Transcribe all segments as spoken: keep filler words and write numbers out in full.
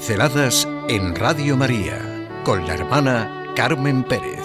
Pinceladas en Radio María con la hermana Carmen Pérez.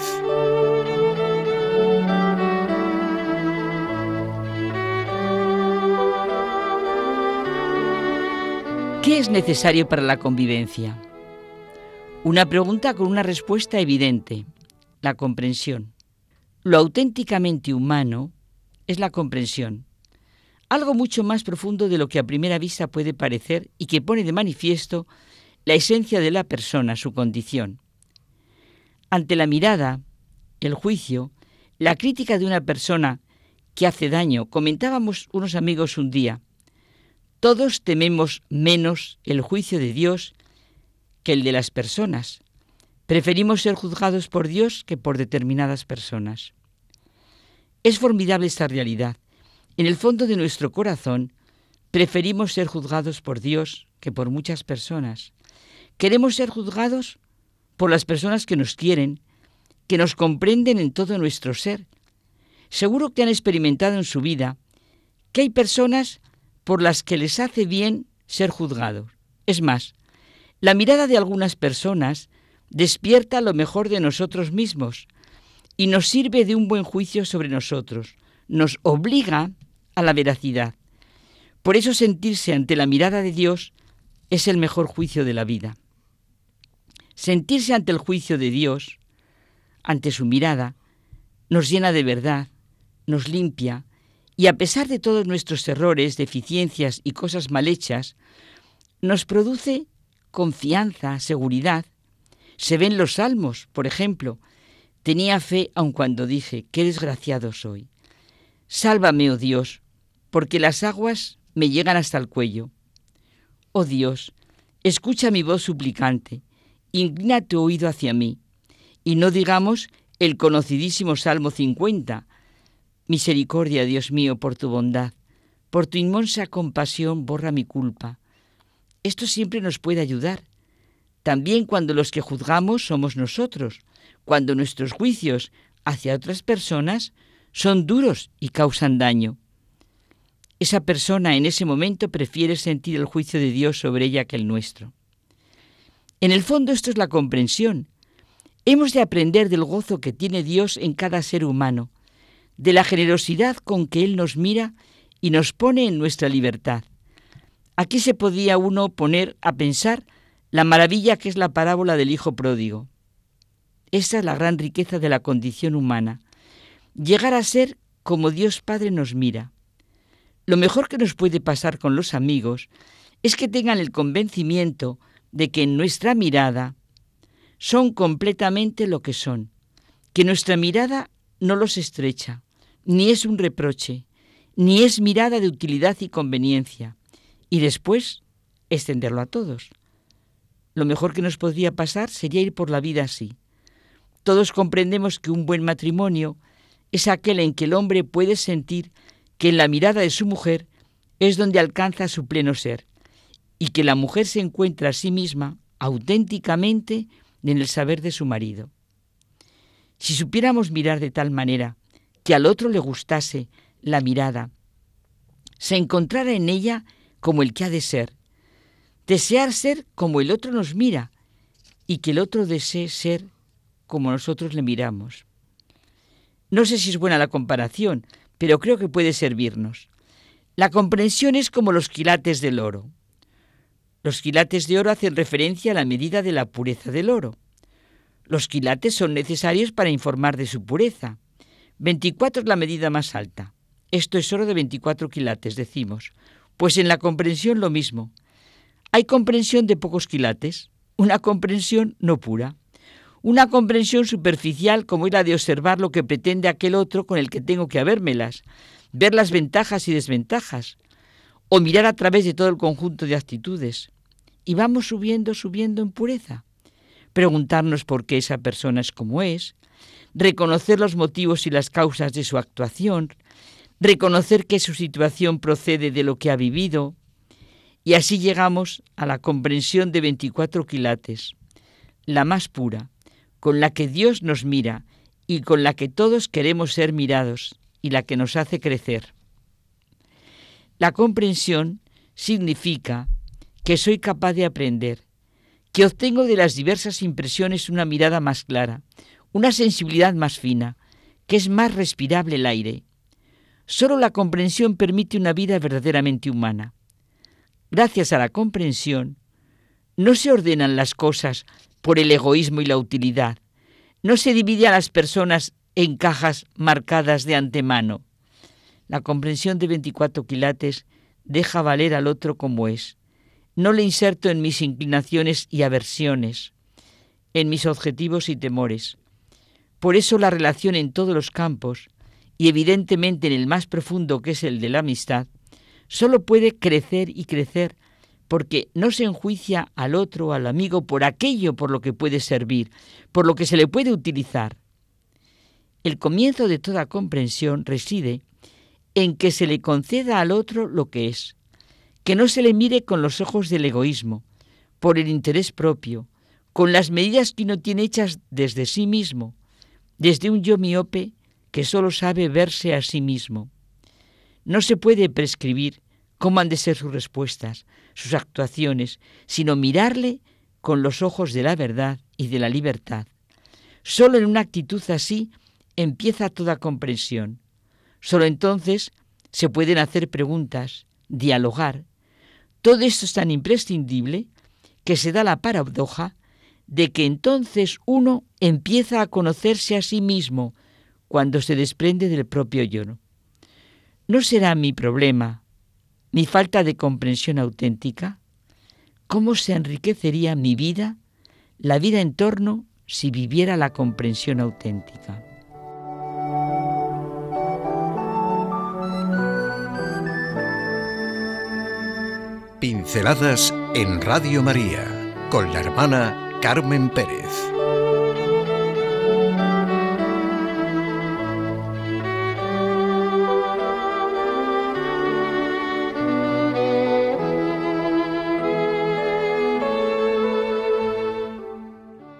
¿Qué es necesario para la convivencia? Una pregunta con una respuesta evidente: la comprensión. Lo auténticamente humano es la comprensión, algo mucho más profundo de lo que a primera vista puede parecer y que pone de manifiesto la esencia de la persona, su condición. Ante la mirada, el juicio, la crítica de una persona que hace daño, comentábamos unos amigos un día: todos tememos menos el juicio de Dios que el de las personas. Preferimos ser juzgados por Dios que por determinadas personas. Es formidable esta realidad. En el fondo de nuestro corazón, preferimos ser juzgados por Dios que por muchas personas. Queremos ser juzgados por las personas que nos quieren, que nos comprenden en todo nuestro ser. Seguro que han experimentado en su vida que hay personas por las que les hace bien ser juzgados. Es más, la mirada de algunas personas despierta lo mejor de nosotros mismos y nos sirve de un buen juicio sobre nosotros, nos obliga a la veracidad. Por eso sentirse ante la mirada de Dios es el mejor juicio de la vida. Sentirse ante el juicio de Dios, ante su mirada, nos llena de verdad, nos limpia, y a pesar de todos nuestros errores, deficiencias y cosas mal hechas, nos produce confianza, seguridad. Se ven los salmos, por ejemplo: tenía fe aun cuando dije, qué desgraciado soy. Sálvame, oh Dios, porque las aguas me llegan hasta el cuello. Oh Dios, escucha mi voz suplicante, inclina tu oído hacia mí. Y no digamos el conocidísimo Salmo cincuenta, misericordia, Dios mío, por tu bondad, por tu inmensa compasión borra mi culpa. Esto siempre nos puede ayudar. También cuando los que juzgamos somos nosotros, cuando nuestros juicios hacia otras personas son duros y causan daño. Esa persona en ese momento prefiere sentir el juicio de Dios sobre ella que el nuestro. En el fondo esto es la comprensión. Hemos de aprender del gozo que tiene Dios en cada ser humano, de la generosidad con que Él nos mira y nos pone en nuestra libertad. Aquí se podía uno poner a pensar la maravilla que es la parábola del hijo pródigo. Esa es la gran riqueza de la condición humana, llegar a ser como Dios Padre nos mira. Lo mejor que nos puede pasar con los amigos es que tengan el convencimiento de que en nuestra mirada son completamente lo que son, que nuestra mirada no los estrecha, ni es un reproche, ni es mirada de utilidad y conveniencia, y después extenderlo a todos. Lo mejor que nos podría pasar sería ir por la vida así. Todos comprendemos que un buen matrimonio es aquel en que el hombre puede sentir que en la mirada de su mujer es donde alcanza su pleno ser, y que la mujer se encuentra a sí misma auténticamente en el saber de su marido. Si supiéramos mirar de tal manera que al otro le gustase la mirada, se encontrara en ella como el que ha de ser, desear ser como el otro nos mira y que el otro desee ser como nosotros le miramos. No sé si es buena la comparación, pero creo que puede servirnos. La comprensión es como los quilates del oro. Los quilates de oro hacen referencia a la medida de la pureza del oro. Los quilates son necesarios para informar de su pureza. veinticuatro es la medida más alta. Esto es oro de veinticuatro quilates, decimos. Pues en la comprensión lo mismo. Hay comprensión de pocos quilates, una comprensión no pura. Una comprensión superficial como es la de observar lo que pretende aquel otro con el que tengo que habérmelas, ver las ventajas y desventajas, o mirar a través de todo el conjunto de actitudes. Y vamos subiendo, subiendo en pureza. Preguntarnos por qué esa persona es como es, reconocer los motivos y las causas de su actuación, reconocer que su situación procede de lo que ha vivido, y así llegamos a la comprensión de veinticuatro quilates, la más pura, con la que Dios nos mira y con la que todos queremos ser mirados y la que nos hace crecer. La comprensión significa que soy capaz de aprender, que obtengo de las diversas impresiones una mirada más clara, una sensibilidad más fina, que es más respirable el aire. Solo la comprensión permite una vida verdaderamente humana. Gracias a la comprensión, no se ordenan las cosas por el egoísmo y la utilidad. No se divide a las personas en cajas marcadas de antemano. La comprensión de veinticuatro quilates deja valer al otro como es. No le inserto en mis inclinaciones y aversiones, en mis objetivos y temores. Por eso la relación en todos los campos, y evidentemente en el más profundo que es el de la amistad, solo puede crecer y crecer porque no se enjuicia al otro, al amigo, por aquello por lo que puede servir, por lo que se le puede utilizar. El comienzo de toda comprensión reside en que se le conceda al otro lo que es, que no se le mire con los ojos del egoísmo, por el interés propio, con las medidas que uno tiene hechas desde sí mismo, desde un yo miope que solo sabe verse a sí mismo. No se puede prescribir cómo han de ser sus respuestas, sus actuaciones, sino mirarle con los ojos de la verdad y de la libertad. Solo en una actitud así empieza toda comprensión. Solo entonces se pueden hacer preguntas, dialogar. Todo esto es tan imprescindible que se da la paradoja de que entonces uno empieza a conocerse a sí mismo cuando se desprende del propio yo. ¿No será mi problema, mi falta de comprensión auténtica? ¿Cómo se enriquecería mi vida, la vida en torno, si viviera la comprensión auténtica? Pinceladas en Radio María con la hermana Carmen Pérez.